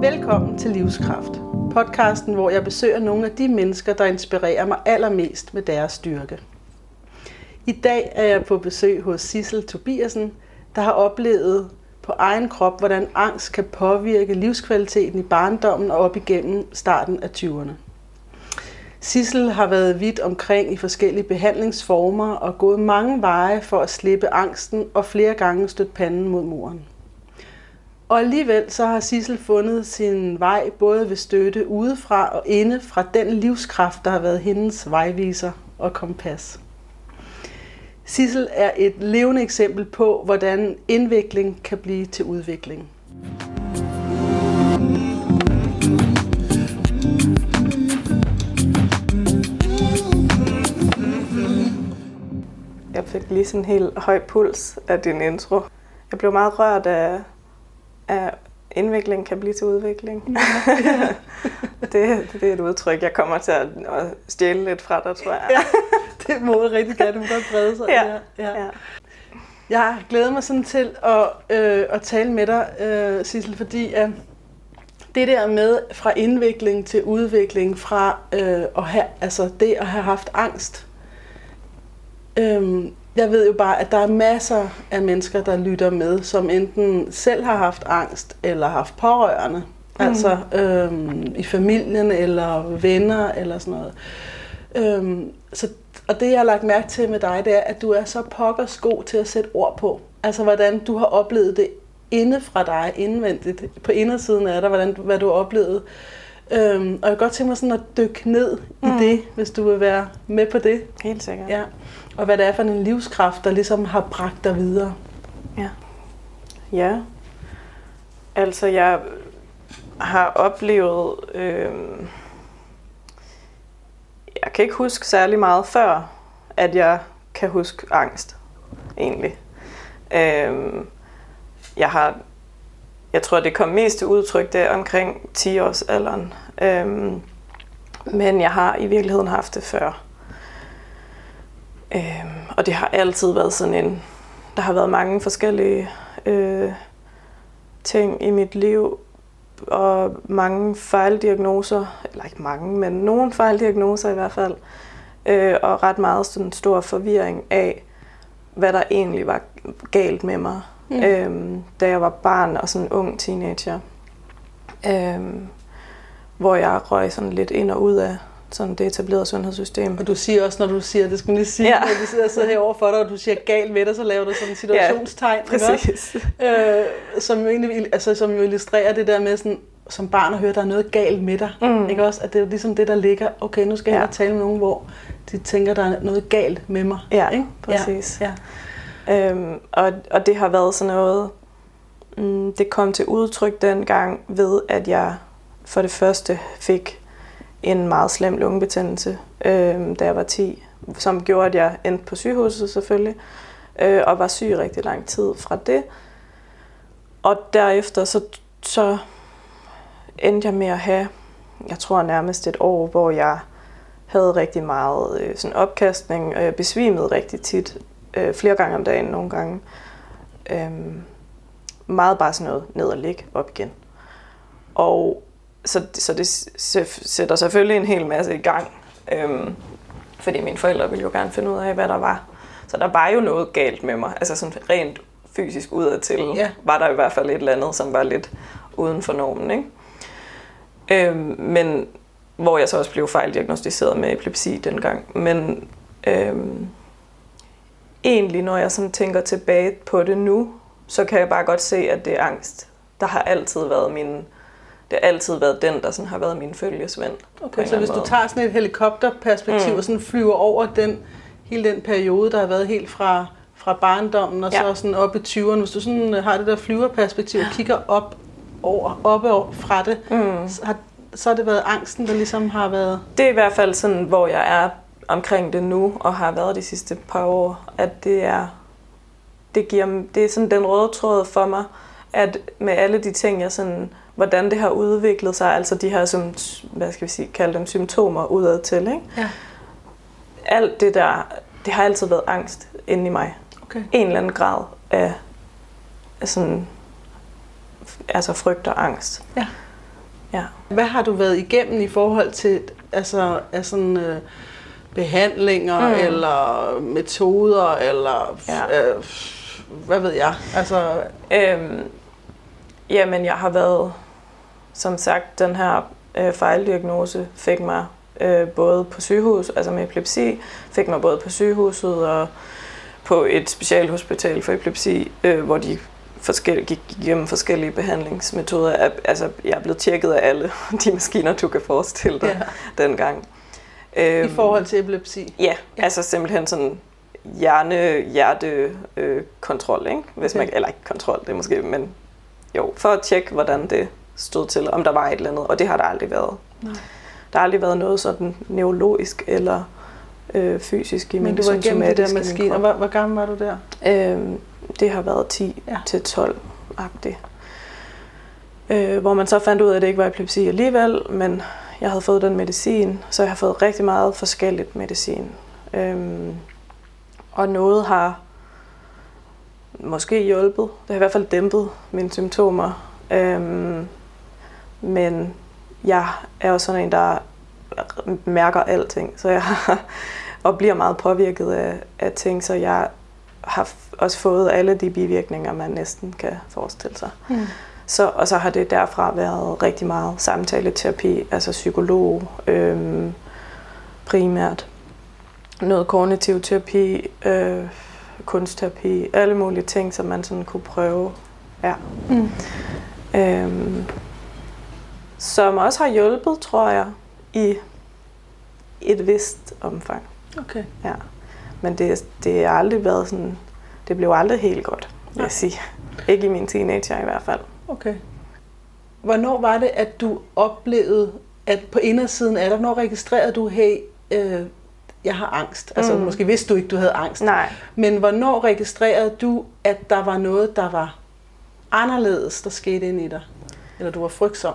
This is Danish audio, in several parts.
Velkommen til Livskraft, podcasten, hvor jeg besøger nogle af de mennesker, der inspirerer mig allermest med deres styrke. I dag er jeg på besøg hos Sidsel Tobiasen, der har oplevet på egen krop, hvordan angst kan påvirke livskvaliteten i barndommen og op igennem starten af 20'erne. Sidsel har været vidt omkring i forskellige behandlingsformer og gået mange veje for at slippe angsten og flere gange stødt panden mod muren. Og alligevel så har Sidsel fundet sin vej både ved støtte udefra og inde fra den livskraft, der har været hendes vejviser og kompas. Sidsel er et levende eksempel på, hvordan indvikling kan blive til udvikling. Jeg fik lige sådan en helt høj puls af din intro. Jeg blev meget rørt af indvikling kan blive til udvikling. Ja. det er et udtryk, jeg kommer til at stjæle lidt fra dig, tror jeg. Ja, det må jeg rigtig gerne. Du må godt brede sig. Ja. Jeg har glædet mig sådan til at tale med dig, Sidsel, fordi det der med fra indvikling til udvikling, fra det at have haft angst. Jeg ved jo bare, at der er masser af mennesker, der lytter med, som enten selv har haft angst, eller haft pårørende. Altså i familien, eller venner, eller sådan noget. Og det, jeg har lagt mærke til med dig, det er, at du er så pokkers god til at sætte ord på. Altså, hvordan du har oplevet det inde fra dig, indvendigt, på indersiden af dig, hvad du har oplevet. Og jeg kan godt tænke mig sådan at dykke ned i det, hvis du vil være med på det. Helt sikkert. Ja. Og hvad det er for en livskraft, der ligesom har bragt dig videre. Ja. Altså, jeg har oplevet... Jeg kan ikke huske særlig meget før, at jeg kan huske angst, egentlig. Jeg tror, det kom mest til udtryk der omkring 10-årsalderen. Men jeg har i virkeligheden haft det før. Og det har altid været sådan der har været mange forskellige ting i mit liv, og mange fejldiagnoser, eller ikke mange, men nogle fejldiagnoser i hvert fald, og ret meget sådan stor forvirring af, hvad der egentlig var galt med mig, da jeg var barn og sådan en ung teenager, hvor jeg røg sådan lidt ind og ud af sådan det etablerede sundhedssystem. Og du siger også, når du siger, det skal man lige sige, når du sidder herovre for dig, og du siger galt med dig, så laver du sådan en situationstegn. Ja, præcis. Som jo illustrerer det der med sådan, som barn at høre, der er noget galt med dig. Ikke også? At det er jo ligesom det, der ligger, okay, nu skal jeg tale med nogen, hvor de tænker, der er noget galt med mig. Ja, ikke? Præcis. Ja. Og det har været sådan noget, det kom til udtryk dengang ved, at jeg for det første fik en meget slem lungebetændelse, da jeg var 10, som gjorde, at jeg endte på sygehuset selvfølgelig, og var syg rigtig lang tid fra det. Og derefter så endte jeg med at have, jeg tror nærmest et år, hvor jeg havde rigtig meget sådan opkastning, og jeg besvimede rigtig tit, flere gange om dagen nogle gange. Meget bare sådan noget ned og ligge op igen. Og så det sætter selvfølgelig en hel masse i gang, fordi mine forældre ville jo gerne finde ud af, hvad der var. Så der var jo noget galt med mig, altså sådan rent fysisk udadtil, var der i hvert fald et eller andet, som var lidt uden for normen, ikke? Men hvor jeg så også blev fejldiagnosticeret med epilepsi dengang. Men egentlig, når jeg sådan tænker tilbage på det nu, så kan jeg bare godt se, at det er angst. Der har altid været det har altid været den, der sådan har været min følgesvend. Okay, så hvis du tager sådan et helikopterperspektiv og sådan flyver over hele den periode, der har været helt fra barndommen og så sådan op i 20'erne, hvis du sådan har det der flyverperspektiv og kigger op fra det, så har det været angsten, der ligesom har været... Det er i hvert fald sådan, hvor jeg er omkring det nu, og har været de sidste par år, at det er sådan den røde tråd for mig, at med alle de ting, jeg sådan, hvordan det har udviklet sig, altså de her, som, hvad skal vi sige, kalde dem symptomer udad til, ikke? Ja. Alt det der, det har altid været angst inde i mig. Okay. En eller anden grad af sådan, altså frygt og angst. Ja. Ja. Hvad har du været igennem i forhold til behandlinger eller metoder eller hvad ved jeg? Jamen, jeg har været, som sagt, den her fejldiagnose fik mig både på sygehus, altså med epilepsi, fik mig både på sygehuset og på et specialhospital for epilepsi, hvor de gik igennem forskellige behandlingsmetoder. Altså, jeg er blevet tjekket af alle de maskiner, du kan forestille dig dengang. I forhold til epilepsi? Ja, altså simpelthen sådan hjerte-kontrol, ikke? Hvis man, eller ikke kontrol, det er måske, men jo, for at tjekke, hvordan det stod til, om der var et eller andet, og det har der aldrig været. Nej. Der har aldrig været noget sådan neurologisk eller fysisk i min somatiske. Men du var igennem det der maskine, og hvor gammel var du der? Det har været 10 til 12-agtigt. Hvor man så fandt ud af, at det ikke var epilepsi alligevel, men jeg havde fået den medicin, så jeg har fået rigtig meget forskelligt medicin. Og noget har måske hjulpet. Det har i hvert fald dæmpet mine symptomer. Men jeg er jo sådan en, der mærker alting, så jeg og bliver meget påvirket af ting, så jeg har også fået alle de bivirkninger, man næsten kan forestille sig. Og så har det derfra været rigtig meget samtaleterapi, altså psykolog primært. Noget kognitiv terapi, kunstterapi, alle mulige ting, som man sådan kunne prøve. Ja. Som også har hjulpet, tror jeg, i et vist omfang. Okay. Ja. Men det har aldrig været sådan, det blev aldrig helt godt, vil jeg sige. Ikke i min teenager i hvert fald. Okay. Hvornår var det, at du oplevede, at på indersiden af dig, hvornår registrerede du, hey, jeg har angst? Altså måske vidste du ikke, du havde angst. Nej. Men hvornår registrerede du, at der var noget, der var anderledes, der skete inde i dig? Eller du var frygtsom?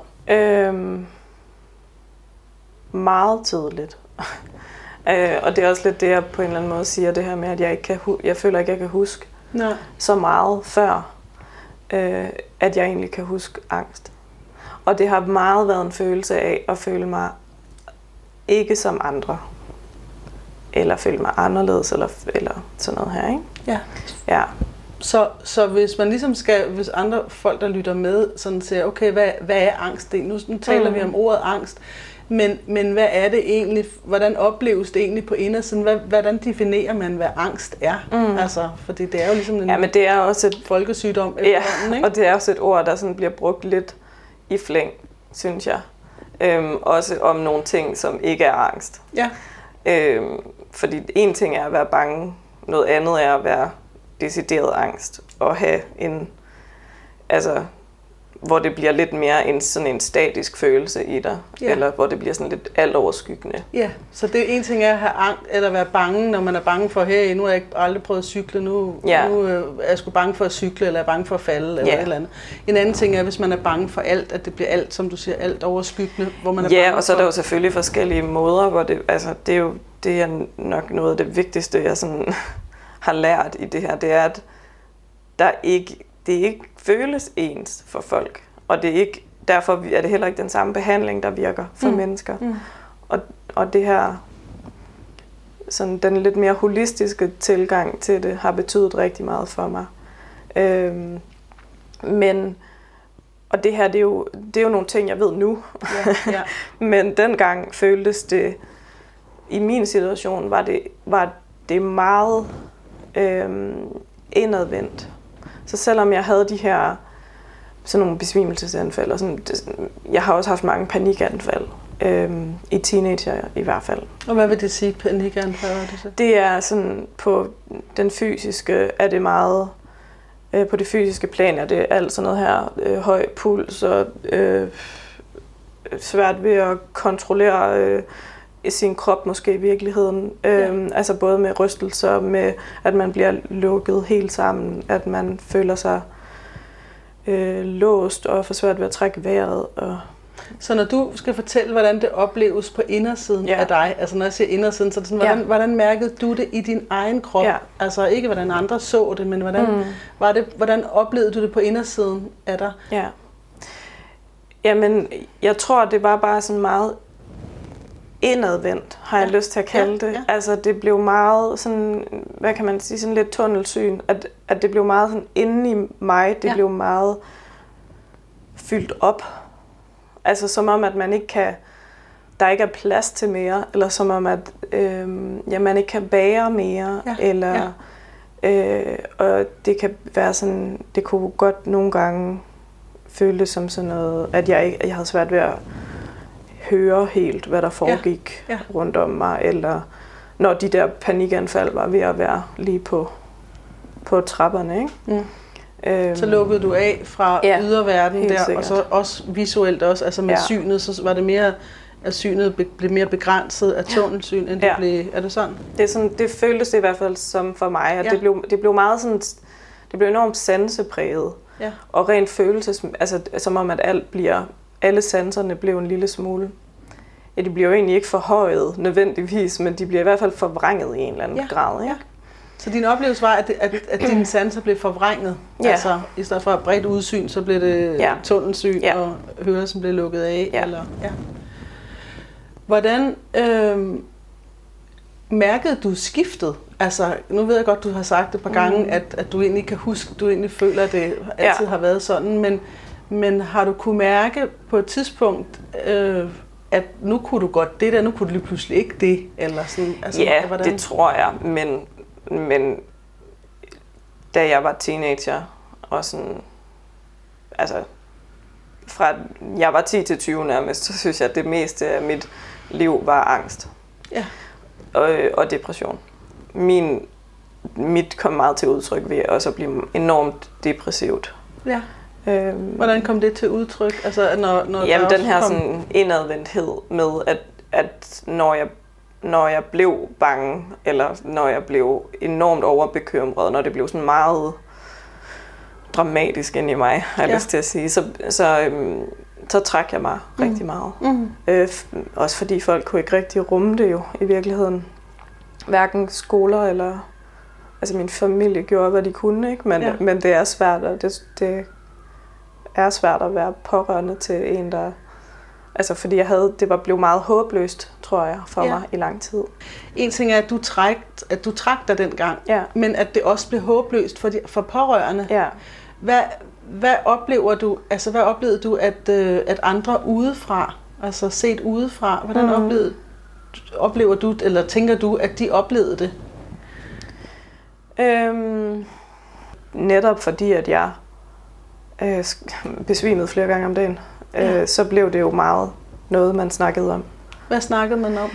Meget tidligt. Og det er også lidt det, jeg på en eller anden måde siger, det her med, at jeg føler ikke, jeg kan huske så meget før, at jeg egentlig kan huske angst. Og det har meget været en følelse af at føle mig ikke som andre. Eller føle mig anderledes, eller sådan noget her, ikke? Ja. Ja. Så hvis man ligesom hvis andre folk, der lytter med, sådan siger, okay, hvad er angst? Nu taler vi om ordet angst, men hvad er det egentlig? Hvordan opleves det egentlig på indersiden? Hvordan definerer man, hvad angst er? Altså, fordi det er jo ligesom men det er også et folkesygdom. Ja, ikke? Og det er også et ord, der sådan bliver brugt lidt i flæng, synes jeg. Også om nogle ting, som ikke er angst. Ja. Fordi en ting er at være bange, noget andet er at være decideret angst og have hvor det bliver lidt mere sådan en statisk følelse i dig, eller hvor det bliver sådan lidt altoverskyggende. Ja, så det er en ting er at have angst, eller være bange, når man er bange for, hey, nu har jeg aldrig prøvet at cykle, nu er jeg sgu bange for at cykle, eller er bange for at falde, eller et eller andet. En anden ting er, hvis man er bange for alt, at det bliver alt, som du siger, alt overskyggende, hvor man er bange og så er der jo selvfølgelig forskellige måder, hvor det er nok noget af det vigtigste, jeg sådan har lært i det her, det er, at det ikke føles ens for folk. Og det er ikke, derfor er det heller ikke den samme behandling, der virker for mennesker. Og det her, sådan den lidt mere holistiske tilgang til det, har betydet rigtig meget for mig. Og det her, det er jo nogle ting, jeg ved nu. Ja. Men dengang føltes det, i min situation, var det meget indadvendt. Så selvom jeg havde de her sådan nogle besvimelsesanfald, og sådan, jeg har også haft mange panikanfald i teenager i hvert fald. Og hvad vil det sige, panikanfald? Det er sådan på den fysiske, er det meget på det fysiske plan, er det alt sådan noget her høj puls og svært ved at kontrollere sin krop måske i virkeligheden. Altså både med rystelser, med at man bliver lukket helt sammen, at man føler sig låst og får svært ved at trække vejret. Så når du skal fortælle, hvordan det opleves på indersiden af dig, altså når jeg siger indersiden, så er det sådan, hvordan mærkede du det i din egen krop? Ja. Altså ikke hvordan andre så det, men hvordan oplevede du det på indersiden af dig? Ja. Jamen, jeg tror, det var bare sådan meget indadvendt, har jeg lyst til at kalde det. Ja. Altså, det blev meget sådan, hvad kan man sige, sådan lidt tunnelsyn. At det blev meget sådan inde i mig, det blev meget fyldt op. Altså, som om, at man ikke kan, der ikke er plads til mere, eller som om, at man ikke kan bære mere, eller og det kan være sådan, det kunne godt nogle gange føles som sådan noget, at jeg havde svært ved at høre helt, hvad der foregik rundt om mig, eller når de der panikanfald var ved at være lige på trapperne, ikke? Så lukkede du af fra yderverden der, sikkert. Og så også visuelt også, altså med synet, så var det mere, at synet blev mere begrænset af tunnelsyn, end det blev, er det sådan? Det føltes det i hvert fald som for mig, at det blev meget sådan, det blev enormt sansepræget, og rent følelses, altså som om, at alle sanserne blev en lille smule, de bliver jo egentlig ikke forhøjet nødvendigvis, men de bliver i hvert fald forvrænget i en eller anden grad, ikke? Så din oplevelse var, at dine sanser blev forvrænget? Altså, i stedet for bredt udsyn, så blev det tunnelsyn, og hørelsen blev lukket af? Eller, Hvordan mærkede du skiftet? Altså, nu ved jeg godt, du har sagt et par gange, at du egentlig kan huske, du egentlig føler, at det altid har været sådan, men har du kunne mærke på et tidspunkt, at nu kunne du godt det der, nu kunne du lige pludselig ikke det? Eller sådan, altså, det tror jeg, men da jeg var teenager, og sådan, altså, fra jeg var 10 til 20 nærmest, så synes jeg, at det meste af mit liv var angst. Ja. Og depression. Mit kom meget til udtryk ved også at blive enormt depressivt. Ja. Hvordan kom det til udtryk? Altså, når jamen, den her sådan indadvendthed med, at når jeg blev bange, eller når jeg blev enormt overbekymret, når det blev sådan meget dramatisk ind i mig, har jeg lyst til at sige, så trak jeg mig rigtig meget. Også fordi folk kunne ikke rigtig rumme det jo i virkeligheden. Hverken skoler eller... Altså min familie gjorde, hvad de kunne, ikke? Men det er svært, og det er svært at være pårørende til en, der... Altså fordi det blev meget håbløst, tror jeg, for mig i lang tid. En ting er, at du trak dig dengang, men at det også blev håbløst for pårørende. Ja. Hvad oplevede du, at andre udefra, altså set udefra, hvordan oplever du, eller tænker du, at de oplevede det? Netop fordi, at jeg besvimede flere gange om dagen, så blev det jo meget noget, man snakkede om. Hvad snakkede man om?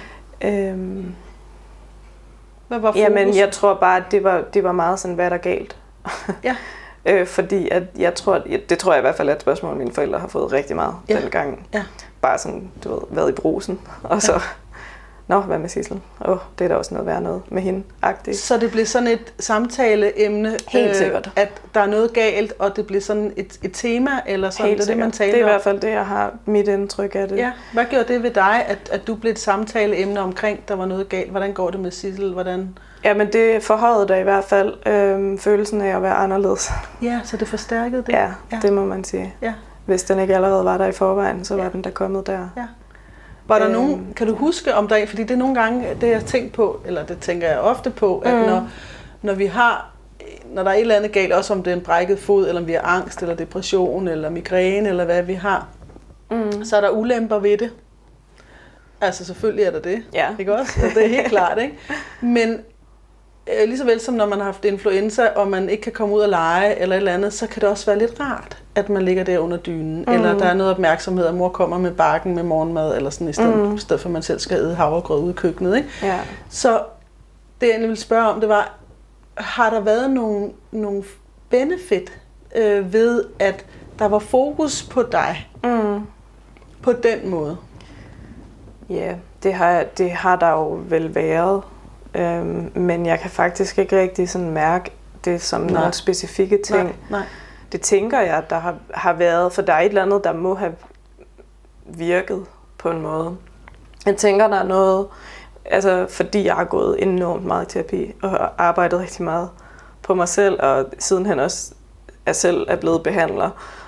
Hvad var fokus? Jamen, jeg tror bare, at det var meget sådan, hvad er der galt? Ja. Fordi at det tror jeg i hvert fald er et spørgsmål, mine forældre har fået rigtig meget dengang. Ja. Bare sådan, du ved, været i brusen, og så... Nå, hvad med Sissel? Det er da også noget værd noget med hende-agtigt. Så det blev sådan et samtaleemne, helt sikkert. At der er noget galt, og det blev sådan et tema, eller sådan, helt det man taler om? Det er i hvert fald det, jeg har mit indtryk af det. Ja. Hvad gjorde det ved dig, at du blev et samtaleemne omkring, der var noget galt? Hvordan går det med Sissel? Jamen, det forhøjede da i hvert fald følelsen af at være anderledes. Ja, så det forstærkede det? Ja, det må man sige. Ja. Hvis den ikke allerede var der i forvejen, så var den der kommet der. Ja. Var der nogen, kan du huske om dig, fordi det er nogle gange, det jeg tænker på, eller det tænker jeg ofte på, at når der er et eller andet galt, også om det er en brækket fod, eller om vi har angst, eller depression, eller migræne, eller hvad vi har, så er der ulemper ved det. Altså selvfølgelig er der det, ikke også? Det er helt klart, ikke? Men lige så vel som når man har haft influenza, og man ikke kan komme ud og lege, eller et eller andet, så kan det også være lidt rart, at man ligger der under dynen, eller der er noget opmærksomhed, at mor kommer med bakken med morgenmad, eller sådan, i stedet for at man selv skal æde havregrød ude i køkkenet, ikke? Ja. Så det jeg ville spørge om, det var, har der været nogle benefit ved, at der var fokus på dig på den måde? Ja, det har der jo vel været. Men jeg kan faktisk ikke rigtig sådan mærke det som nogle specifikke ting. Nej. Det tænker jeg, at der har været, for der er et eller andet, der må have virket på en måde. Jeg tænker, der er noget, altså fordi jeg har gået enormt meget i terapi og arbejdet rigtig meget på mig selv, og sidenhen også selv er blevet behandler,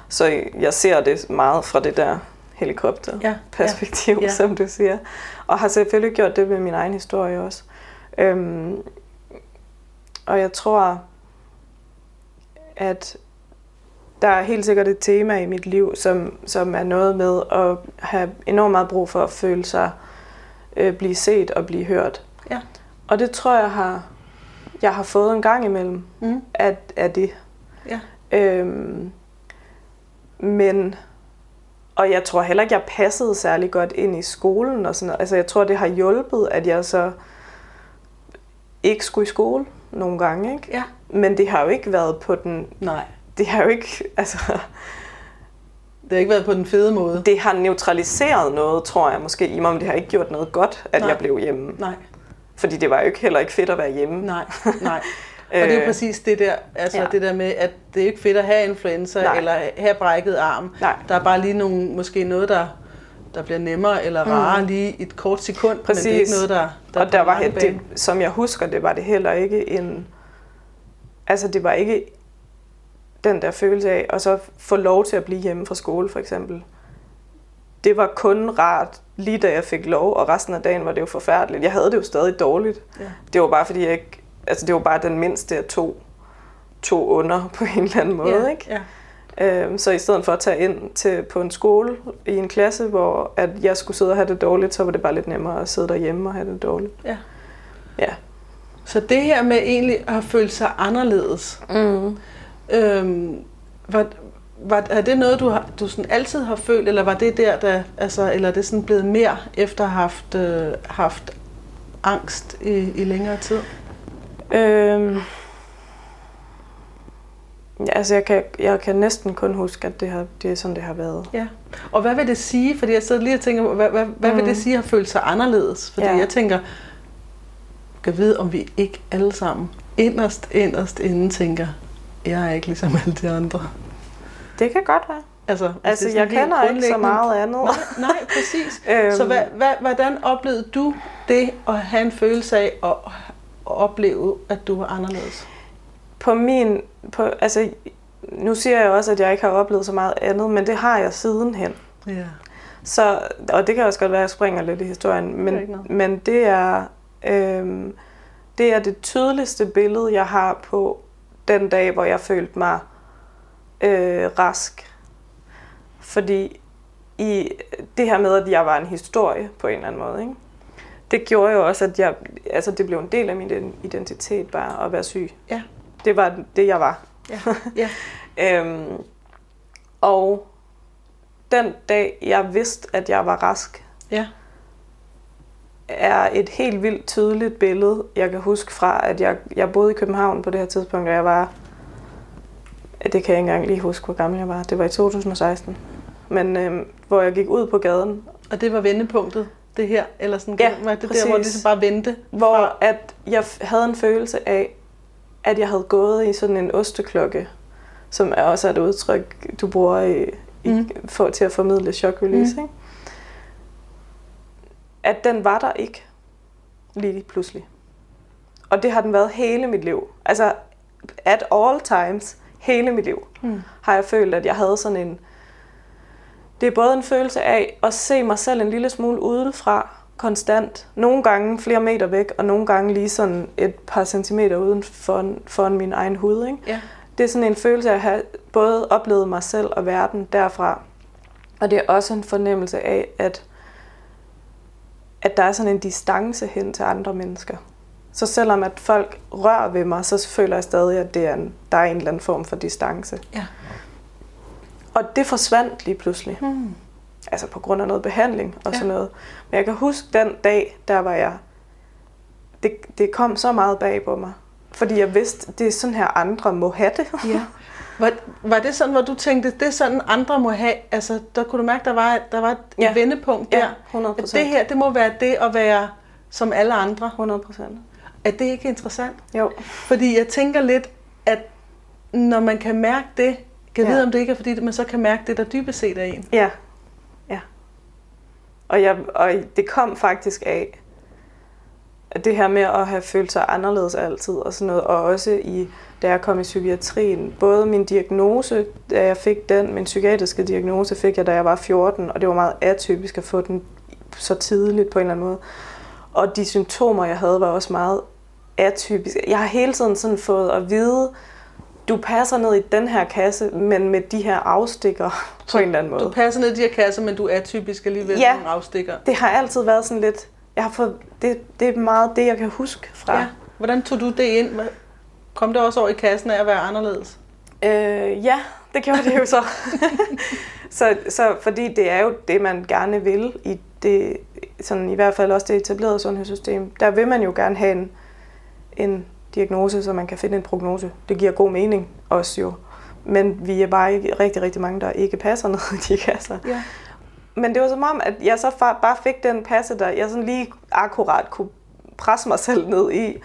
Så jeg ser det meget fra det der helikopterperspektiv, som du siger. Og har selvfølgelig gjort det med min egen historie også. Og jeg tror, at der er helt sikkert et tema i mit liv, som er noget med at have enormt meget brug for at føle sig, blive set og blive hørt. Ja. Og det tror jeg har fået en gang imellem af det. Ja. Og jeg tror heller ikke, jeg passede særlig godt ind i skolen og sådan noget. Altså jeg tror, det har hjulpet, at jeg så ikke skulle i skole nogle gange, ikke? Ja. Men det har jo ikke været på den... Nej. Det har jo ikke... Altså, det har ikke været på den fede måde. Det har neutraliseret noget, tror jeg måske i mig, men det har ikke gjort noget godt, at jeg blev hjemme. Nej. Fordi det var jo heller ikke fedt at være hjemme. Nej. Og det er jo præcis det der, altså det der med, at det er ikke fedt at have influenza eller have brækket arm. Nej. Der er bare lige måske noget, der bliver nemmere eller rarere lige et kort sekund, præcis. Men det er ikke noget, der og der var det, som jeg husker, det var det heller ikke en... Altså det var ikke den der følelse af at så få lov til at blive hjemme fra skole for eksempel. Det var kun rart lige da jeg fik lov, og resten af dagen var det jo forfærdeligt. Jeg havde det jo stadig dårligt. Ja. Det var bare fordi jeg ikke... Altså det var bare den mindste af to under på en eller anden måde, ikke? Ja. Så i stedet for at tage ind på en skole i en klasse, hvor at jeg skulle sidde og have det dårligt, så var det bare lidt nemmere at sidde derhjemme og have det dårligt. Ja. Så det her med egentlig at føle sig anderledes, er det noget, du sådan altid har følt, eller var det der eller er det sådan blevet mere efter at have haft angst i længere tid? Altså jeg kan næsten kun huske, at det er sådan, det har været. Ja. Og hvad vil det sige? Fordi jeg sidder lige og tænker, hvad vil det sige at føle sig anderledes? Fordi jeg tænker, kan vide, om vi ikke alle sammen inderst inden tænker, jeg er ikke ligesom alle de andre. Det kan godt være. Altså jeg kender ikke så meget andet. Nej, præcis. Så hvordan oplevede du det at have en følelse af at opleve, at du var anderledes? Altså, nu siger jeg også, at jeg ikke har oplevet så meget andet, men det har jeg sidenhen. Ja. Så, og det kan også godt være, at jeg springer lidt i historien, men det er det tydeligste billede, jeg har på den dag, hvor jeg følte mig rask. Fordi i det her med, at jeg var en historie på en eller anden måde, ikke? Det gjorde jo også, at det blev en del af min identitet bare at være syg. Ja. Det var det, jeg var. Ja. Og den dag, jeg vidste, at jeg var rask, er et helt vildt tydeligt billede, jeg kan huske fra, at jeg boede i København på det her tidspunkt, og jeg var... Det kan jeg ikke engang lige huske, hvor gammel jeg var. Det var i 2016. Men hvor jeg gik ud på gaden. Og det var vendepunktet, det her? Eller sådan, var det præcis. Der, hvor det så bare vendte? Hvor at jeg havde en følelse af, at jeg havde gået i sådan en osteklokke, som er også et udtryk, du bruger til at formidle chok-release. Ikke? At den var der ikke lige pludselig. Og det har den været hele mit liv. Altså, at all times, hele mit liv, har jeg følt, at jeg havde sådan en... Det er både en følelse af at se mig selv en lille smule udefra, konstant. Nogle gange flere meter væk, og nogle gange lige sådan et par centimeter uden foran min egen hud. Ikke? Ja. Det er sådan en følelse af at have både oplevet mig selv og verden derfra. Og det er også en fornemmelse af, at der er sådan en distance hen til andre mennesker. Så selvom at folk rører ved mig, så føler jeg stadig, at der er en eller anden form for distance. Ja. Og det forsvandt lige pludselig. Altså på grund af noget behandling og sådan noget. Men jeg kan huske den dag, der var jeg... Det kom så meget bag på mig. Fordi jeg vidste, det er sådan her andre må have det. Ja. Var det sådan, hvor du tænkte, det er sådan andre må have? Altså der kunne du mærke, der var et vendepunkt der. Ja, 100%. Det her, det må være det at være som alle andre. 100%. Er det ikke interessant? Jo. Fordi jeg tænker lidt, at når man kan mærke det, kan vide, om det ikke er fordi, man så kan mærke det, der dybest set er en. Ja. Ja. Og det kom faktisk af, det her med at have følt sig anderledes altid og sådan noget, og også da jeg kom i psykiatrien, både min diagnose, da jeg fik min psykiatriske diagnose fik jeg, da jeg var 14, og det var meget atypisk at få den så tidligt på en eller anden måde. Og de symptomer, jeg havde, var også meget atypiske. Jeg har hele tiden sådan fået at vide, du passer ned i den her kasse, men med de her afstikker på en eller anden måde. Du passer ned i de her kasser, men du er atypisk alligevel ja, nogle afstikker. Det har altid været sådan lidt, det er meget det, jeg kan huske fra. Ja. Hvordan tog du det ind? Kom det også over i kassen af at være anderledes? Ja, det gjorde det jo så. så fordi det er jo det, man gerne vil i det, sådan i hvert fald også det etablerede sundhedssystem. Der vil man jo gerne have en diagnose, så man kan finde en prognose. Det giver god mening også jo. Men vi er bare ikke rigtig, rigtig mange, der ikke passer ned i de kasser. Ja. Men det var som om, at jeg så bare fik den passe, der jeg sådan lige akkurat kunne presse mig selv ned i.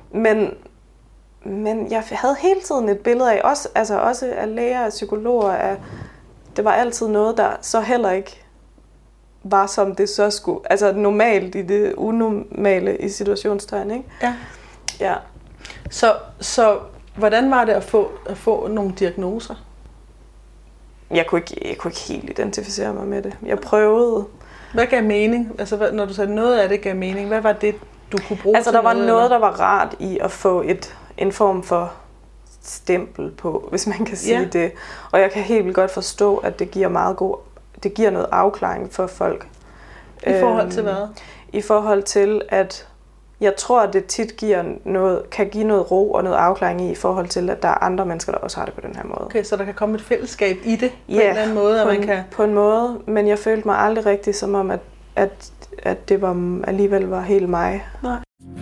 Men jeg havde hele tiden et billede af, også af læger og psykologer, det var altid noget, der så heller ikke var, som det så skulle. Altså normalt i det unormale i situationstegn, ikke? Ja. Ja. Så hvordan var det at få nogle diagnoser? Jeg kunne ikke helt identificere mig med det. Jeg prøvede. Hvad gav mening? Altså når du sagde noget af det gav mening, hvad var det, du kunne bruge til noget? Altså der var noget, der var rart i at få en form for stempel på, hvis man kan sige det. Og jeg kan helt vildt godt forstå, at det giver noget afklaring for folk. I forhold til hvad? I forhold til, at jeg tror, at det tit kan give noget ro og noget afklaring i forhold til, at der er andre mennesker, der også har det på den her måde. Okay, så der kan komme et fællesskab i det på en eller anden måde? På en måde, men jeg følte mig aldrig rigtig som om, at det alligevel var helt mig. Nej.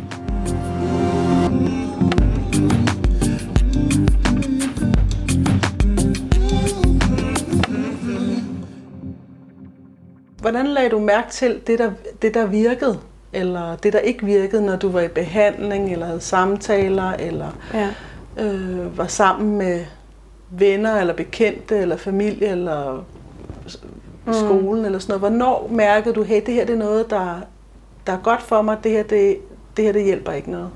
Hvordan lagde du mærke til det, der virkede, eller det, der ikke virkede, når du var i behandling, eller havde samtaler, eller var sammen med venner, eller bekendte, eller familie, eller skolen, eller sådan noget? Hvornår mærkede du, hey, det her det er noget, der er godt for mig, det her det hjælper ikke noget?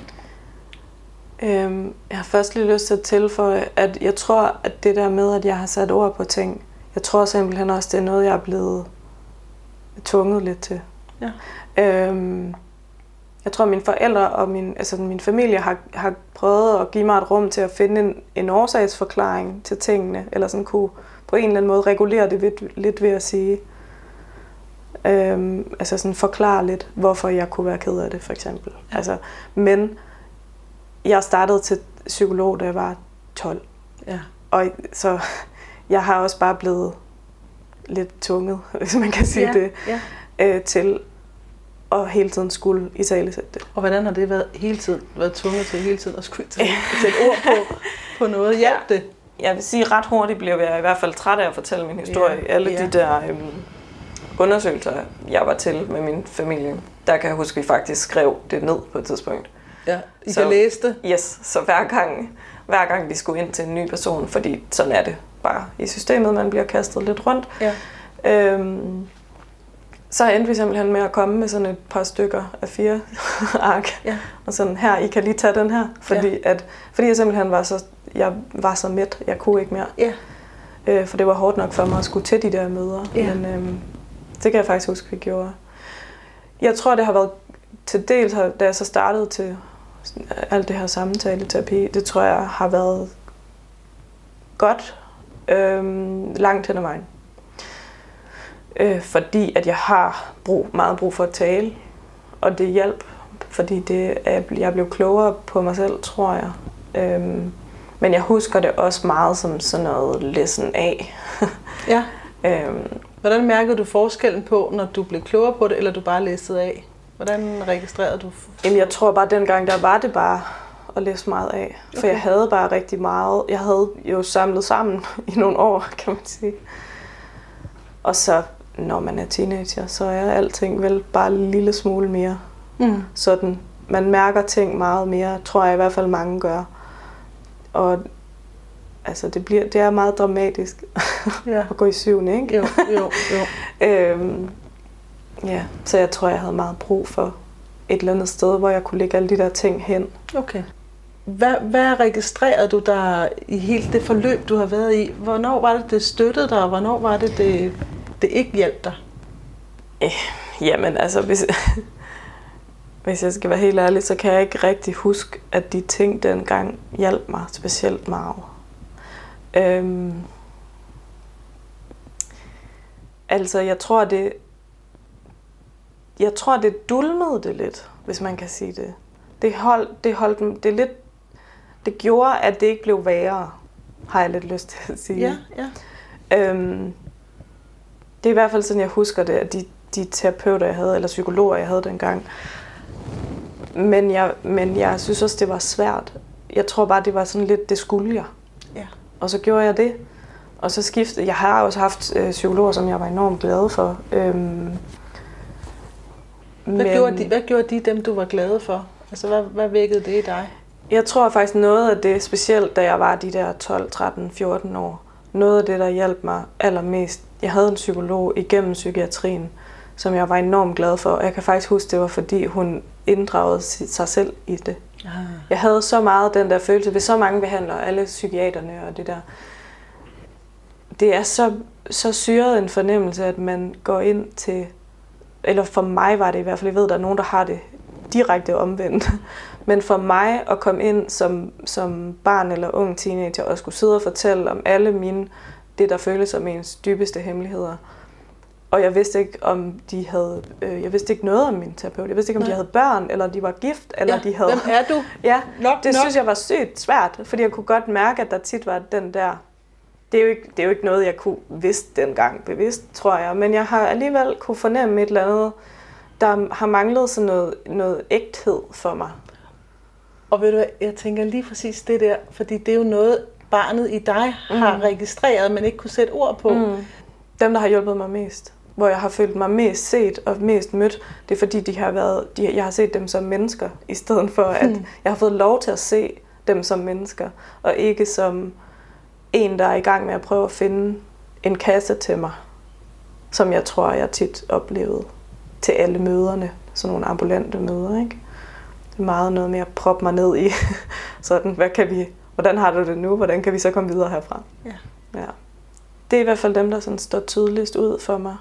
Jeg har først lige lyst til at tilføje, at jeg tror, at det der med, at jeg har sat ord på ting, jeg tror simpelthen også, det er noget, jeg er blevet tvunget lidt til. Ja. Jeg tror, at mine forældre og min familie har prøvet at give mig et rum til at finde en årsagsforklaring til tingene, eller sådan kunne på en eller anden måde regulere det lidt ved at sige, altså sådan forklare lidt, hvorfor jeg kunne være ked af det, for eksempel. Ja. Altså, men jeg startede til psykolog, da jeg var 12. Ja. Og så jeg har også bare blevet lidt tvunget, hvis man kan sige det, til at hele tiden skulle italesætte det. Og hvordan har det været tvunget til hele tiden at skulle sætte ord på noget? Hjælp det? Jeg vil sige, ret hurtigt blev jeg i hvert fald træt af at fortælle min historie. Alle de der undersøgelser, jeg var til med min familie, der kan jeg huske, at vi faktisk skrev det ned på et tidspunkt. Ja, I kan læse det? Yes, så hver gang vi skulle ind til en ny person, fordi sådan er det bare i systemet, man bliver kastet lidt rundt. Ja. Så endte vi simpelthen med at komme med sådan et par stykker af 4 ark. Ja. Og sådan, her, I kan lige tage den her. Fordi jeg simpelthen var så mæt, jeg kunne ikke mere. Ja. For det var hårdt nok for mig at skulle til de der møder. Ja. Men det kan jeg faktisk huske, vi gjorde. Jeg tror, det har været til dels, da jeg så startede til alt det her samtaleterapi, det tror jeg har været godt langt hen ad vejen. Fordi at jeg har meget brug for at tale, og det hjalp, fordi jeg blev klogere på mig selv, tror jeg. Men jeg husker det også meget som sådan noget læsen af. Ja. Hvordan mærkede du forskellen på, når du blev klogere på det, eller du bare læste af? Hvordan registrerede du? Jamen, jeg tror bare, dengang der var det bare at læse meget af. For jeg havde bare rigtig meget. Jeg havde jo samlet sammen i nogle år, kan man sige. Og så, når man er teenager, så er alting vel bare en lille smule mere sådan. Man mærker ting meget mere, tror jeg i hvert fald mange gør. Og altså, det er meget dramatisk at gå i 7. Ikke? Jo. Ja, så jeg tror, jeg havde meget brug for et eller andet sted, hvor jeg kunne lægge alle de der ting hen. Okay. Hvad registrerede du der i hele det forløb, du har været i? Hvornår var det støttede dig, og hvornår var det ikke hjalp dig? Jamen altså, hvis jeg skal være helt ærlig, så kan jeg ikke rigtig huske, at de ting dengang hjalp mig specielt meget. Altså, jeg tror, det dulmede det lidt, hvis man kan sige det. Det gjorde, at det ikke blev værre, har jeg lidt lyst til at sige. Ja, ja. Det er i hvert fald sådan, jeg husker det, at de terapeuter, jeg havde, eller psykologer, jeg havde dengang. Men jeg synes også, det var svært. Jeg tror bare, det var sådan lidt, det skulle jeg. Ja. Og så gjorde jeg det. Og så skiftede. Jeg har også haft psykologer, som jeg var enormt glad for. Hvad gjorde de, dem du var glad for? Altså, hvad vækkede det i dig? Jeg tror faktisk noget af det, specielt da jeg var de der 12, 13, 14 år, noget af det, der hjalp mig allermest. Jeg havde en psykolog igennem psykiatrien, som jeg var enormt glad for. Og jeg kan faktisk huske, det var fordi hun inddragede sig selv i det. Jeg havde så meget den der følelse ved så mange behandlere, alle psykiaterne og det der. Det er så syret en fornemmelse, at man går ind til, eller for mig var det i hvert fald, jeg ved, der er nogen, der har det direkte omvendt. Men for mig at komme ind som barn eller ung teenager og skulle sidde og fortælle om alle mine, det der føles som ens dybeste hemmeligheder. Og jeg vidste ikke, om de havde, jeg vidste ikke noget om min terapeut. Jeg vidste ikke, om de havde børn, eller de var gift, eller de havde... Hvem er du? Ja, det synes jeg var sygt svært, fordi jeg kunne godt mærke, at der tit var den der... Det er jo ikke noget, jeg kunne vidste dengang bevidst, tror jeg. Men jeg har alligevel kunne fornemme et eller andet, der har manglet sådan noget ægthed for mig. Og ved du, jeg tænker lige præcis det der, fordi det er jo noget, barnet i dig har registreret, men ikke kunne sætte ord på. Dem, der har hjulpet mig mest, hvor jeg har følt mig mest set og mest mødt, det er fordi, jeg har set dem som mennesker, i stedet for at jeg har fået lov til at se dem som mennesker, og ikke som en, der er i gang med at prøve at finde en kasse til mig, som jeg tror, jeg tit oplevede til alle møderne, sådan nogle ambulante møder, ikke? Det er meget noget med at proppe mig ned i, sådan, hvordan har du det nu, hvordan kan vi så komme videre herfra? Ja. Det er i hvert fald dem, der sådan står tydeligst ud for mig.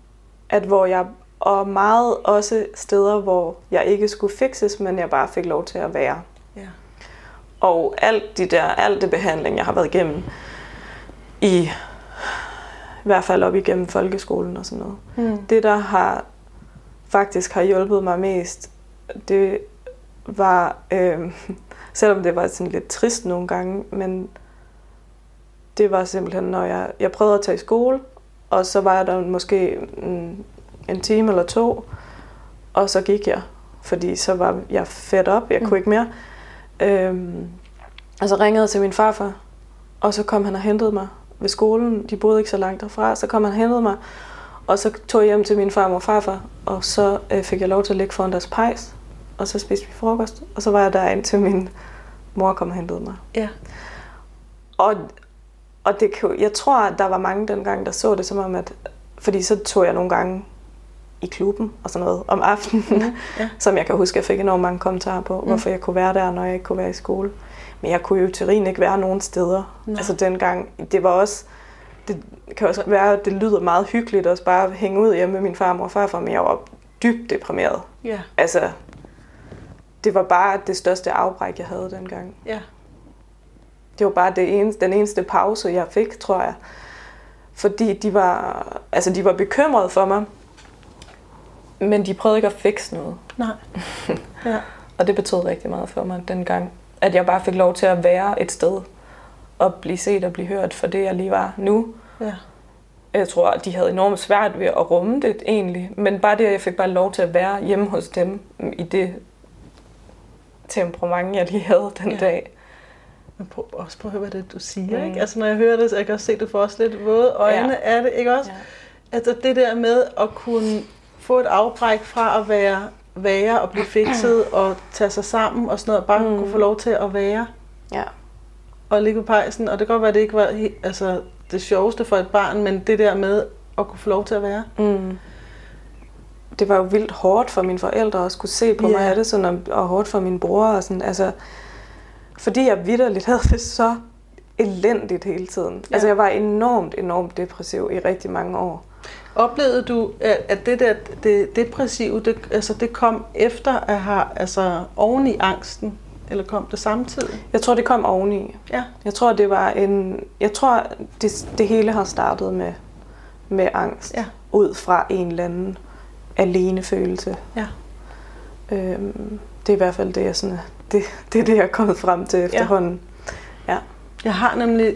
Og meget også steder, hvor jeg ikke skulle fikses, men jeg bare fik lov til at være. Ja. Og alt det behandling, jeg har været igennem, i hvert fald op igennem folkeskolen og sådan noget. Det, der faktisk har hjulpet mig mest, det var, selvom det var sådan lidt trist nogle gange, men det var simpelthen, når jeg prøvede at tage i skole, og så var jeg der måske en time eller 2, og så gik jeg, fordi så var jeg fed op, jeg kunne ikke mere. Og så ringede jeg til min farfar, og så kom han og hentede mig ved skolen. De boede ikke så langt derfra, så kom han og hentede mig, og så tog jeg hjem til min farmor og farfar, og så fik jeg lov til at ligge foran deres pejs, og så spiste vi frokost, og så var jeg der indtil min mor kom og hentede mig. Ja. Og jeg tror, at der var mange dengang, der så det som om, at fordi så tog jeg nogle gange i klubben og sådan noget om aftenen, som jeg kan huske, jeg fik enormt mange kommentarer på, hvorfor jeg kunne være der, når jeg ikke kunne være i skole. Men jeg kunne jo i teorien ikke være nogen steder. Altså dengang, det var også, det kan også være, at det lyder meget hyggeligt også bare at hænge ud hjemme med min farmor og farfar, men jeg var dybt deprimeret. Ja. Altså, det var bare det største afbræk, jeg havde dengang. Ja. Det var bare den eneste pause, jeg fik, tror jeg. Fordi de var bekymrede for mig, men de prøvede ikke at fikse noget. Nej. Ja. Og det betød rigtig meget for mig dengang, at jeg bare fik lov til at være et sted og blive set og blive hørt for det, jeg lige var nu. Ja. Jeg tror, de havde enormt svært ved at rumme det egentlig, men bare det, at jeg fik bare lov til at være hjemme hos dem i det temperament, jeg lige havde den dag. Men prøv at høre, hvad det du siger, ikke? Altså når jeg hører det, så jeg kan også se, at du får også lidt våde øjne af det, ikke også? Ja. Altså det der med at kunne få et afbræk fra at være og blive fikset og tage sig sammen og sådan noget, bare kunne få lov til at være. Ja. Og ligge på pejsen, og det kan godt være, at det ikke var det sjoveste for et barn, men det der med at kunne få lov til at være. det var jo vildt hårdt for mine forældre at skulle se på mig af det, sådan, og hårdt for min bror. Og sådan, altså, fordi jeg vitterligt havde det så elendigt hele tiden. Ja. Altså jeg var enormt depressiv i rigtig mange år. Oplevede du, at det depressive, det kom efter at have, altså oven i angsten, eller kom det samtidig? Jeg tror, det kom oveni. Ja. Jeg tror, det hele har startet med angst, ud fra en eller anden alenefølelse. Ja. Det er i hvert fald det, jeg er kommet frem til efterhånden. Ja. Jeg har nemlig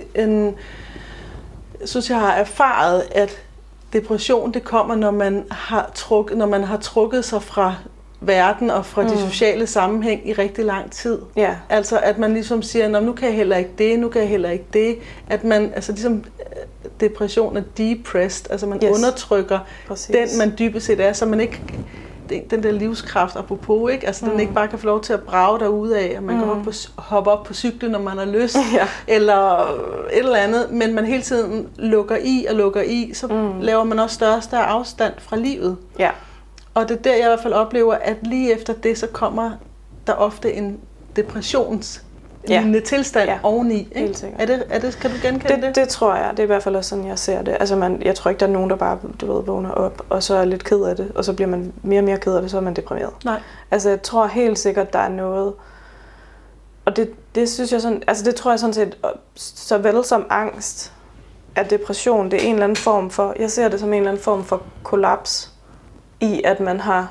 jeg har erfaret, at depression, det kommer, når man har trukket sig fra verden og fra de sociale sammenhæng i rigtig lang tid. Ja. Altså, at man ligesom siger, nu kan jeg heller ikke det, nu kan jeg heller ikke det. At man, altså ligesom depression er depressed, altså man undertrykker den, man dybest set er, så man ikke, den der livskraft, apropos, ikke? Altså den ikke bare kan få lov til at brage derude af, at man kan hoppe op på cyklen, når man har lyst, eller et eller andet, men man hele tiden lukker i, så laver man også større afstand fra livet. Ja. Og det er der, jeg i hvert fald oplever, at lige efter det, så kommer der ofte en depressionslignende tilstand oveni. Ikke? Helt sikkert. Er det, kan du genkende det? Det tror jeg. Det er i hvert fald også sådan, jeg ser det. Altså jeg tror ikke, der er nogen, der bare vågner op, og så er lidt ked af det, og så bliver man mere og mere ked af det, så er man deprimeret. Nej. Altså jeg tror helt sikkert, der er noget, og det synes jeg sådan, altså det tror jeg sådan set, så vel som angst, at depression, det er en eller anden form for, jeg ser det som en eller anden form for kollaps, i at man har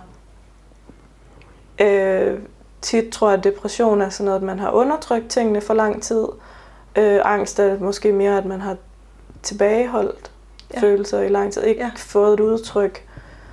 tit tror jeg, at depression er sådan noget, at man har undertrykt tingene for lang tid. Angst er måske mere, at man har tilbageholdt følelser i lang tid, ikke fået et udtryk.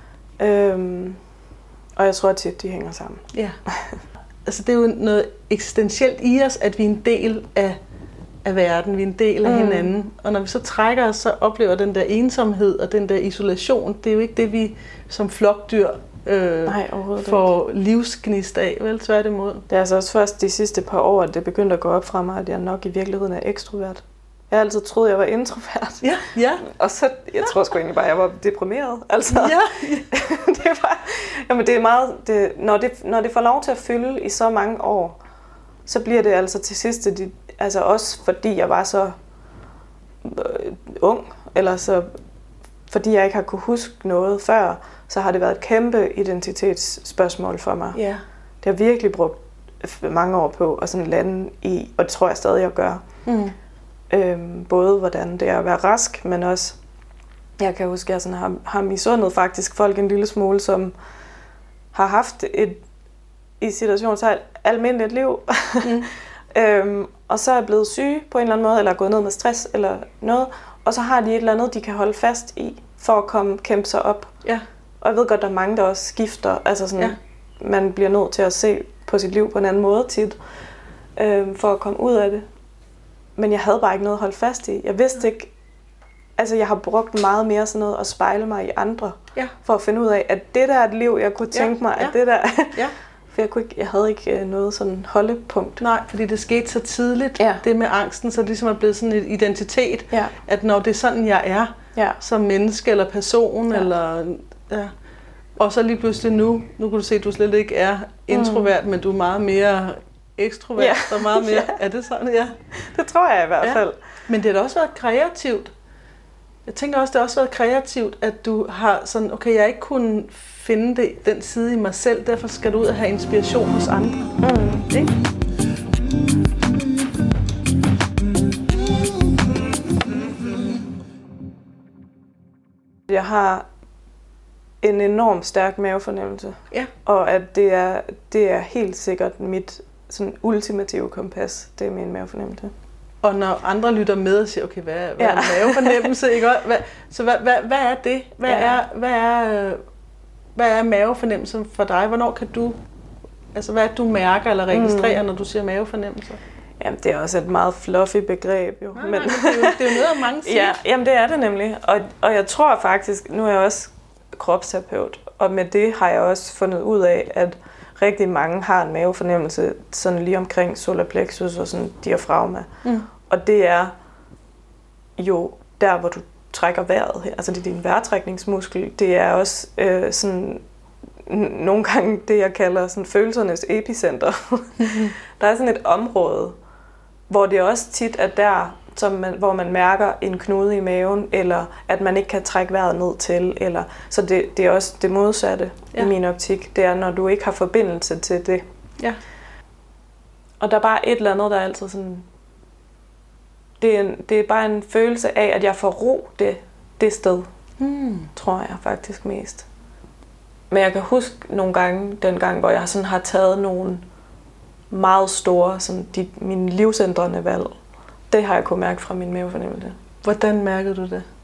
Og jeg tror tit, de hænger sammen. Ja. Altså det er jo noget eksistentielt i os, at vi er en del af verden, vi er en del af hinanden. Og når vi så trækker os, så oplever den der ensomhed og den der isolation, det er jo ikke det, vi som flokdyr får livsgnist af, vel? Tværtimod. Det er altså også først de sidste par år, at det begyndte at gå op fra mig, at jeg nok i virkeligheden er ekstrovert. Jeg har altid troet, jeg var introvert. Ja, ja. Og så, jeg tror sgu egentlig bare, jeg var deprimeret. Altså, det var, jamen det er meget, når det får lov til at fylde i så mange år, så bliver det altså til sidst, altså også fordi jeg var så ung, eller så fordi jeg ikke har kunne huske noget før, så har det været et kæmpe identitetsspørgsmål for mig. Yeah. Det har virkelig brugt mange år på at sådan lande i, og det tror jeg stadig, jeg gør. Både hvordan det er at være rask, men også, jeg kan huske, at jeg sådan har misundet faktisk folk en lille smule, som har haft i situationen så almindeligt liv. Og så er blevet syge på en eller anden måde, eller gået ned med stress eller noget, og så har de et eller andet, de kan holde fast i, for at kæmpe sig op. Ja. Og jeg ved godt, der er mange, der også skifter, altså sådan, man bliver nødt til at se på sit liv på en anden måde tit, for at komme ud af det. Men jeg havde bare ikke noget at holde fast i. Jeg vidste ikke, altså jeg har brugt meget mere sådan noget at spejle mig i andre, for at finde ud af, at det der er et liv, jeg kunne tænke mig, at det der... For jeg havde ikke noget sådan holdepunkt. Nej, fordi det skete så tidligt, det med angsten, så det ligesom er blevet sådan en identitet, at når det er sådan, jeg er, som menneske eller person, eller... Ja. Og så lige pludselig nu kan du se, at du slet ikke er introvert, men du er meget mere ekstrovert, så meget mere... Er det sådan, Det tror jeg i hvert fald. Men det har da også været kreativt. Jeg tænker også, det har også været kreativt, at du har sådan, okay, jeg ikke kunne finde den side i mig selv, derfor skal du ud og have inspiration hos andre. Ikke? Jeg har en enormt stærk mavefornemmelse, og at det er helt sikkert mit sådan ultimative kompas, det er min mavefornemmelse. Og når andre lytter med og siger, okay, hvad er mavefornemmelse? Ikke? Hvad er det? Hvad er mavefornemmelse for dig? Hvornår kan du, altså hvad er det, du mærker eller registrerer, når du siger mavefornemmelse? Jamen, det er også et meget fluffy begreb, jo. Nej, men det er jo noget, mange siger. Jamen, det er det nemlig. Og jeg tror faktisk, nu er jeg også kropsterapeut, og med det har jeg også fundet ud af, at rigtig mange har en mavefornemmelse sådan lige omkring solar plexus og sådan diafragma. Og det er jo der, hvor du trækker vejret her. Altså det er din vejrtrækningsmuskel. Det er også sådan nogle gange det, jeg kalder sådan følelsernes epicenter. Der er sådan et område, hvor det også tit er der, hvor man mærker en knude i maven, eller at man ikke kan trække vejret ned til. Eller, så det er også det modsatte i min optik. Det er, når du ikke har forbindelse til det. Ja. Og der er bare et eller andet, der er altid sådan... Det er bare en følelse af, at jeg får ro det sted, tror jeg faktisk mest. Men jeg kan huske nogle gange, den gang, hvor jeg sådan har taget nogle meget store, sådan mine livsændrende valg. Det har jeg kunnet mærke fra min mavefornemmelse. Hvordan mærkede du det?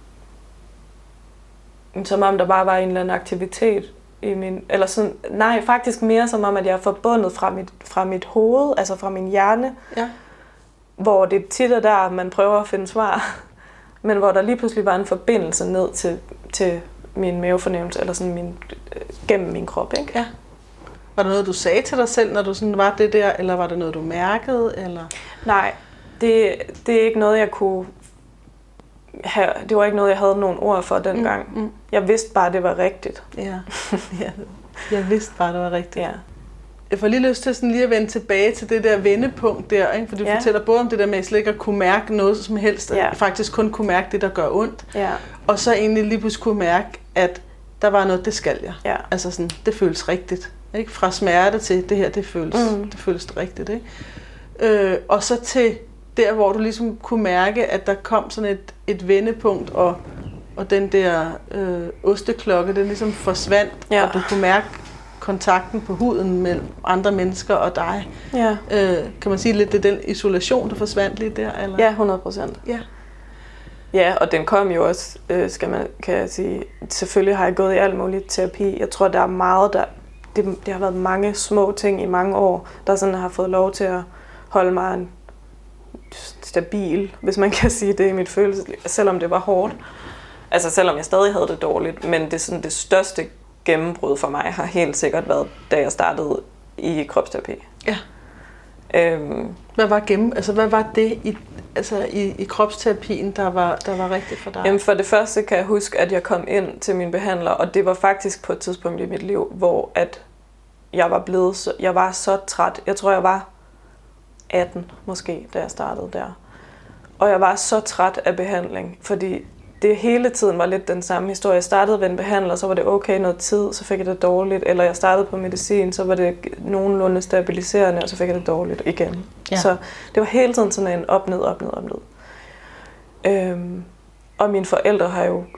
Som om der bare var en eller anden aktivitet i min... Eller sådan, nej, faktisk mere som om, at jeg er forbundet fra mit hoved, altså fra min hjerne. Ja. Hvor det tit er der, man prøver at finde svar. Men hvor der lige pludselig var en forbindelse ned til min mavefornemmelse, eller sådan gennem min krop, ikke? Ja. Var det noget, du sagde til dig selv, når du sådan var det der, eller var det noget, du mærkede? Eller? Nej, det er ikke noget, jeg kunne have. Det var ikke noget, jeg havde nogen ord for dengang. Jeg vidste bare, det var rigtigt. Ja. Jeg vidste bare, det var rigtigt. Ja. Jeg får lige lyst til sådan lige at vende tilbage til det der vendepunkt der, ikke? For du fortæller både om det der med, at slet ikke at kunne mærke noget som helst, at faktisk kun kunne mærke det, der gør ondt, og så egentlig lige pludselig kunne mærke, at der var noget, det skal jeg. Ja. Altså sådan, det føles rigtigt. Ikke? Fra smerte til det her, det føles rigtigt. Ikke? Og så til der, hvor du ligesom kunne mærke, at der kom sådan et vendepunkt, og den der osteklokke, den ligesom forsvandt, og du kunne mærke kontakten på huden mellem andre mennesker og dig. Ja. Kan man sige lidt, det er den isolation, der forsvandt lige der? Eller? Ja, 100%. Ja. Ja, og den kom jo også, kan jeg sige, selvfølgelig har jeg gået i alt muligt terapi. Jeg tror, der er meget, det har været mange små ting i mange år, der sådan har fået lov til at holde mig en stabil, hvis man kan sige det i mit følelsesliv, selvom det var hårdt. Altså selvom jeg stadig havde det dårligt, men det er sådan det største gennembrud for mig har helt sikkert været, da jeg startede i kropsterapi. Ja. Hvad var det i kropsterapien, der var rigtigt for dig? Jamen for det første kan jeg huske, at jeg kom ind til min behandler, og det var faktisk på et tidspunkt i mit liv, hvor at jeg var så træt. Jeg tror, jeg var 18 måske, da jeg startede der. Og jeg var så træt af behandling, fordi det hele tiden var lidt den samme historie. Jeg startede ved en behandler, så var det okay noget tid, så fik jeg det dårligt. Eller jeg startede på medicin, så var det nogenlunde stabiliserende, og så fik jeg det dårligt igen. Ja. Så det var hele tiden sådan en op, ned, op, ned, op, ned. Og mine forældre har jo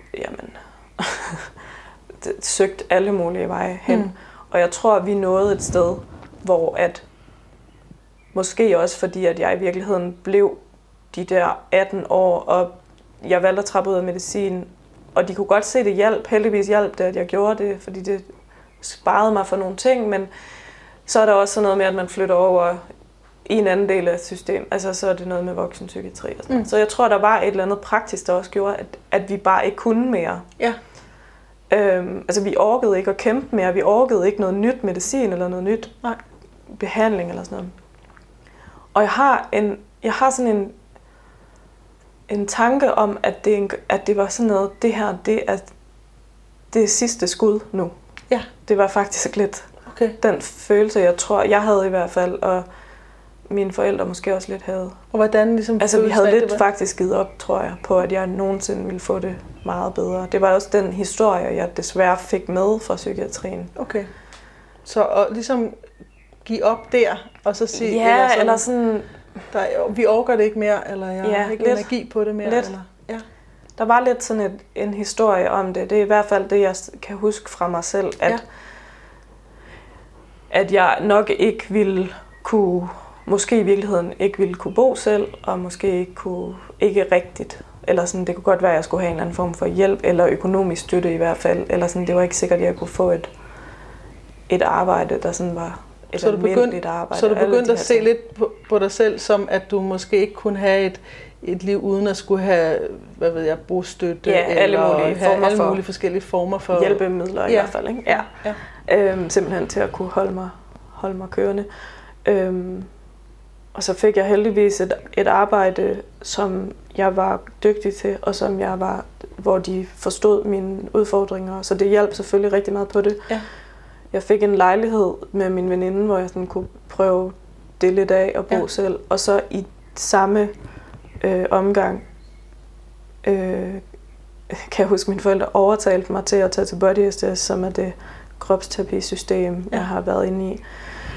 søgt alle mulige veje hen. Og jeg tror, at vi nåede et sted, hvor at måske også fordi, at jeg i virkeligheden blev de der 18 år, og jeg valgte at trappe ud af medicin, og de kunne godt se, det hjalp. Heldigvis hjalp det, at jeg gjorde det, fordi det sparede mig for nogle ting, men så er der også sådan noget med, at man flytter over i en anden del af systemet. Altså så er det noget med voksenpsykiatri og sådan noget. Så jeg tror, der var et eller andet praktisk, der også gjorde, at vi bare ikke kunne mere. Ja. Altså vi orkede ikke at kæmpe mere, vi orkede ikke noget nyt medicin eller noget nyt behandling eller sådan noget. Og jeg har sådan en tanke om, at det var sådan noget, det her, det er sidste skud nu. Ja. Det var faktisk lidt den følelse, jeg tror, jeg havde i hvert fald, og mine forældre måske også lidt havde. Og hvordan ligesom... Altså vi havde lidt faktisk givet op, tror jeg, på at jeg nogensinde ville få det meget bedre. Det var også den historie, jeg desværre fik med fra psykiatrien. Okay. Så at ligesom give op der, og så sige... Ja, eller sådan vi orker det ikke mere, eller jeg har ikke energi på det mere. Lidt. Eller, ja. Der var lidt sådan en historie om det. Det er i hvert fald det, jeg kan huske fra mig selv, at jeg nok ikke ville kunne, måske i virkeligheden ikke ville kunne bo selv, og måske ikke rigtigt. Eller sådan, det kunne godt være, at jeg skulle have en eller anden form for hjælp, eller økonomisk støtte i hvert fald. Eller sådan, det var ikke sikkert, at jeg kunne få et arbejde, der sådan var... Så du begyndte at se lidt på dig selv, som at du måske ikke kunne have et liv uden at skulle have, bostøtte, eller alle mulige forskellige former for hjælpemidler i hvert fald, ikke? Ja. Simpelthen til at kunne holde mig kørende. Og så fik jeg heldigvis et arbejde, som jeg var dygtig til, og hvor de forstod mine udfordringer, så det hjalp selvfølgelig rigtig meget på det. Ja. Jeg fik en lejlighed med min veninde, hvor jeg sådan kunne prøve det lidt af og bo selv. Og så i samme omgang kan jeg huske, at mine forældre overtalte mig til at tage til Body SDS, som er det kropsterapisystem, jeg har været inde i.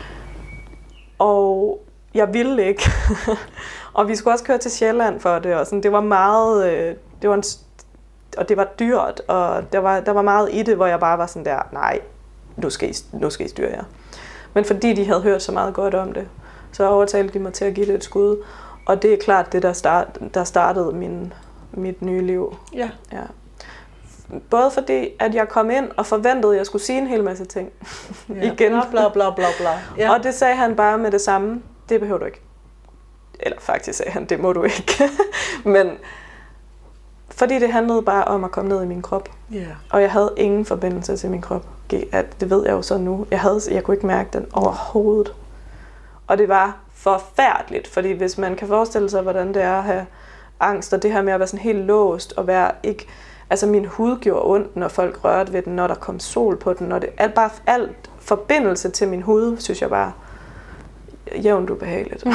Og jeg ville ikke. Og vi skulle også køre til Sjælland for det. Og sådan, det var meget... og det var dyrt, og der var meget i det, hvor jeg bare var sådan der, nej, nu skal I styre jer. Men fordi de havde hørt så meget godt om det, så overtalte de mig til at give det et skud. Og det er klart det, der startede mit nye liv. Ja. Både fordi, at jeg kom ind og forventede, at jeg skulle sige en hel masse ting. Igen. Bla, bla, bla, bla. Ja. Og det sagde han bare med det samme, det behøver du ikke. Eller faktisk sagde han, det må du ikke. Men fordi det handlede bare om at komme ned i min krop. Yeah. Og jeg havde ingen forbindelse til min krop. Det ved jeg jo så nu. Jeg kunne ikke mærke den overhovedet. Og det var forfærdeligt, fordi hvis man kan forestille sig, hvordan det er at have angst, og det her med at være sådan helt låst, og være ikke... Altså min hud gjorde ondt, når folk rørte ved den, når der kom sol på den, og alt forbindelse til min hud, synes jeg bare jævnt ubehageligt.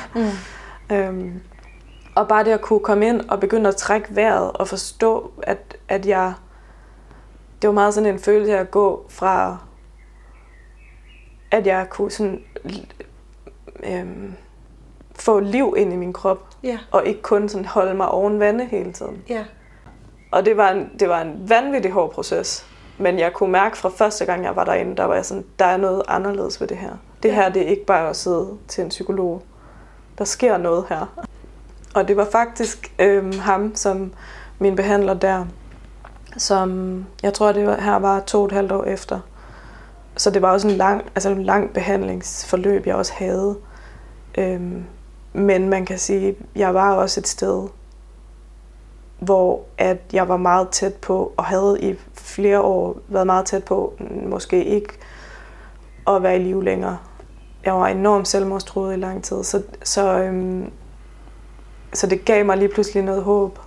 Og bare det at kunne komme ind og begynde at trække vejret og forstå, at jeg... Det var meget sådan en følelse af at gå fra, at jeg kunne sådan, få liv ind i min krop, og ikke kun sådan holde mig oven vande hele tiden. Yeah. Og det var en vanvittig hård proces, men jeg kunne mærke fra første gang, jeg var derinde, der var jeg sådan, der er noget anderledes ved det her. Det her, det er ikke bare at sidde til en psykolog. Der sker noget her. Og det var faktisk ham, som min behandler der, som jeg tror, her var 2,5 år efter. Så det var også en lang behandlingsforløb, jeg også havde. Men man kan sige, jeg var også et sted, hvor at jeg var meget tæt på, og havde i flere år været meget tæt på, måske ikke at være i live længere. Jeg var enormt selvmordstruet i lang tid, så det gav mig lige pludselig noget håb.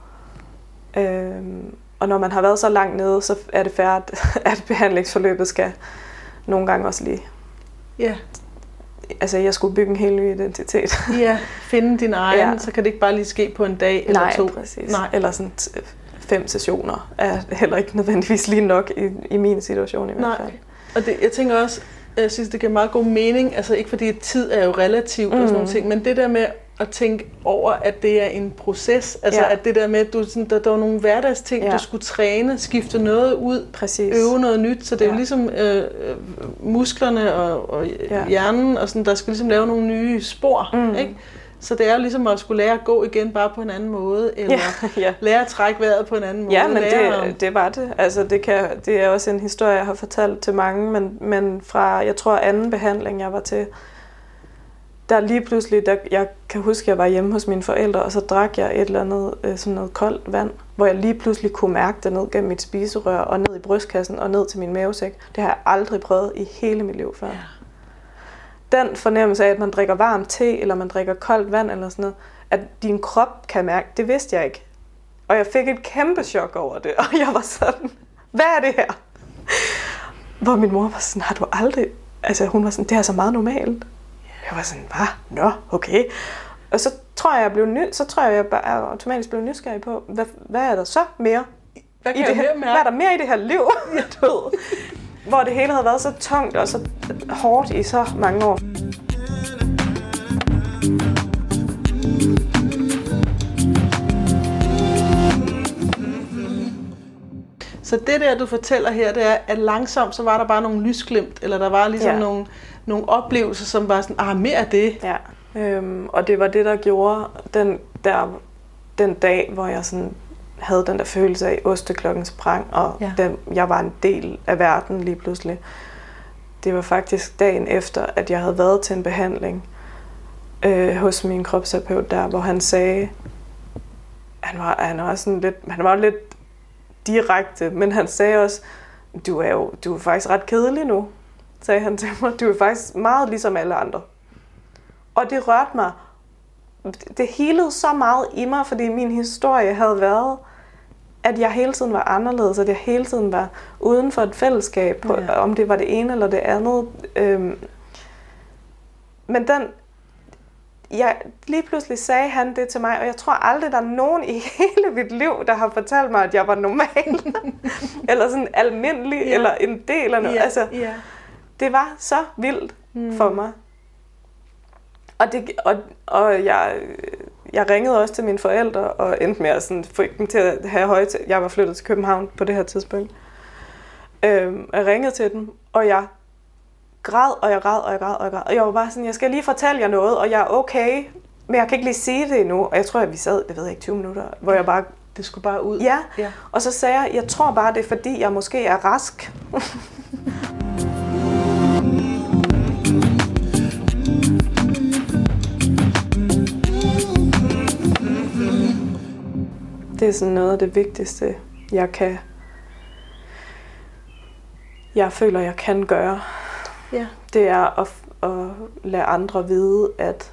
Og når man har været så langt nede, så er det færdigt, at behandlingsforløbet skal nogle gange også lige... Ja. Altså, jeg skulle bygge en helt ny identitet. Ja, finde din egen, så kan det ikke bare lige ske på en dag eller 2. Præcis. Nej, eller sådan 5 sessioner er heller ikke nødvendigvis lige nok i min situation i hvert fald. Og jeg tænker også, jeg synes, det giver meget god mening, altså ikke fordi tid er jo relativt og sådan nogle ting, men det der med at tænke over, at det er en proces, altså at det der med, at der var nogle hverdagsting, du skulle træne, skifte noget ud, øve noget nyt, så det er jo ligesom musklerne og hjernen, og sådan, der skal ligesom lave nogle nye spor, ikke? Så det er jo ligesom at skulle lære at gå igen bare på en anden måde, eller lære at trække vejret på en anden måde. Ja, men det var det. Altså det er også en historie, jeg har fortalt til mange, men fra, jeg tror, anden behandling, jeg var til, der lige pludselig, jeg kan huske, jeg var hjemme hos mine forældre, og så drak jeg et eller andet sådan noget koldt vand, hvor jeg lige pludselig kunne mærke det ned gennem mit spiserør, og ned i brystkassen, og ned til min mavesæk. Det har jeg aldrig prøvet i hele mit liv før. Ja. Den fornemmelse af, at man drikker varm te, eller man drikker koldt vand, eller sådan noget, at din krop kan mærke, det vidste jeg ikke. Og jeg fik et kæmpe chok over det, og jeg var sådan, hvad er det her? Hvor min mor var sådan, har du aldrig... Altså hun var sådan, det er så meget normalt. Jeg var sådan, hvad? Nå, okay. Og så tror jeg, jeg bare automatisk blev nysgerrig på, hvad er der så mere? Hvad er der mere i det her liv? Du ved, hvor det hele havde været så tungt og så hårdt i så mange år. Så det der, du fortæller her, det er, at langsomt så var der bare nogle lysglimt, eller der var ligesom nogle oplevelser, som var sådan, mere af det. Ja, og det var det, der gjorde den dag, hvor jeg sådan havde den der følelse af osteklokken sprang, og jeg var en del af verden lige pludselig. Det var faktisk dagen efter, at jeg havde været til en behandling hos min kropsterapeut der, hvor han sagde, han var lidt direkte, men han sagde også, du er faktisk ret kedelig nu, sagde han til mig. Du er faktisk meget ligesom alle andre. Og det rørte mig. Det healede så meget i mig, fordi min historie havde været at jeg hele tiden var anderledes, at jeg hele tiden var uden for et fællesskab, om det var det ene eller det andet. Men lige pludselig sagde han det til mig, og jeg tror aldrig, der er nogen i hele mit liv, der har fortalt mig, at jeg var normal, eller sådan almindelig, eller en del af noget. Altså, det var så vildt for mig. Og jeg ringede også til mine forældre, og endte med at sådan, få dem til at have højt. Jeg var flyttet til København på det her tidspunkt. Jeg ringede til dem, og jeg græd. Og jeg var bare sådan, jeg skal lige fortælle jer noget, og jeg er okay, men jeg kan ikke lige sige det endnu. Og jeg tror, at vi sad, det ved jeg ikke, 20 minutter, hvor jeg bare... Det skulle bare ud. Ja. Og så sagde jeg tror bare, det er fordi, jeg måske er rask. Det er sådan noget af det vigtigste, jeg føler, jeg kan gøre. Ja. Det er at lade andre vide,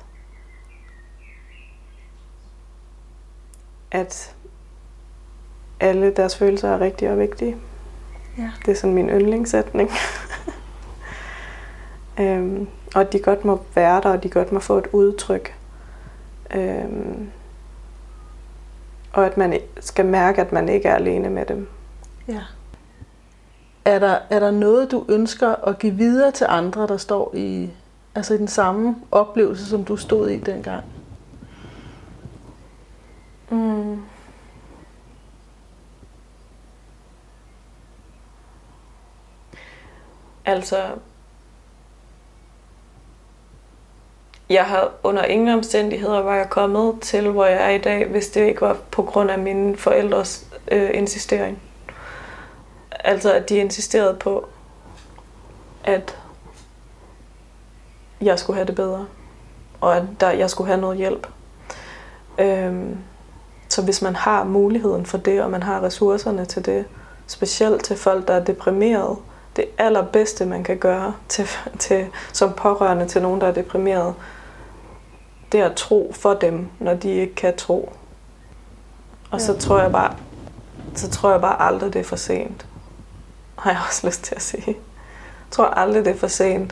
at alle deres følelser er rigtige og vigtige. Ja. Det er sådan min yndlingssætning. Og at de godt må være der, og de godt må få et udtryk. Og at man skal mærke, at man ikke er alene med dem. Ja. Er der noget, du ønsker at give videre til andre, der står i den samme oplevelse, som du stod i dengang? Altså, jeg har under ingen omstændigheder var jeg kommet til, hvor jeg er i dag, hvis det ikke var på grund af mine forældres insistering. Altså, at de insisterede på, at jeg skulle have det bedre, og at jeg skulle have noget hjælp. Så hvis man har muligheden for det, og man har ressourcerne til det, specielt til folk, der er deprimeret, det allerbedste, man kan gøre som pårørende til nogen, der er deprimeret, det er at tro for dem, når de ikke kan tro. Og så tror jeg bare aldrig, det er for sent. Har jeg også lyst til at sige. Jeg tror aldrig, det er for sent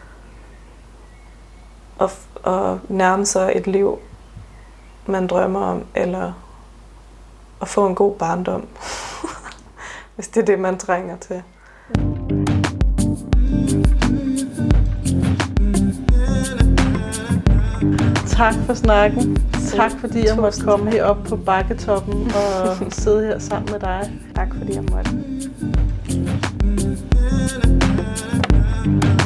at nærme sig et liv, man drømmer om, eller at få en god barndom, hvis det er det, man trænger til. Tak for snakken. Tak fordi jeg måtte komme herop på bakketoppen og sidde her sammen med dig. Tak fordi jeg måtte.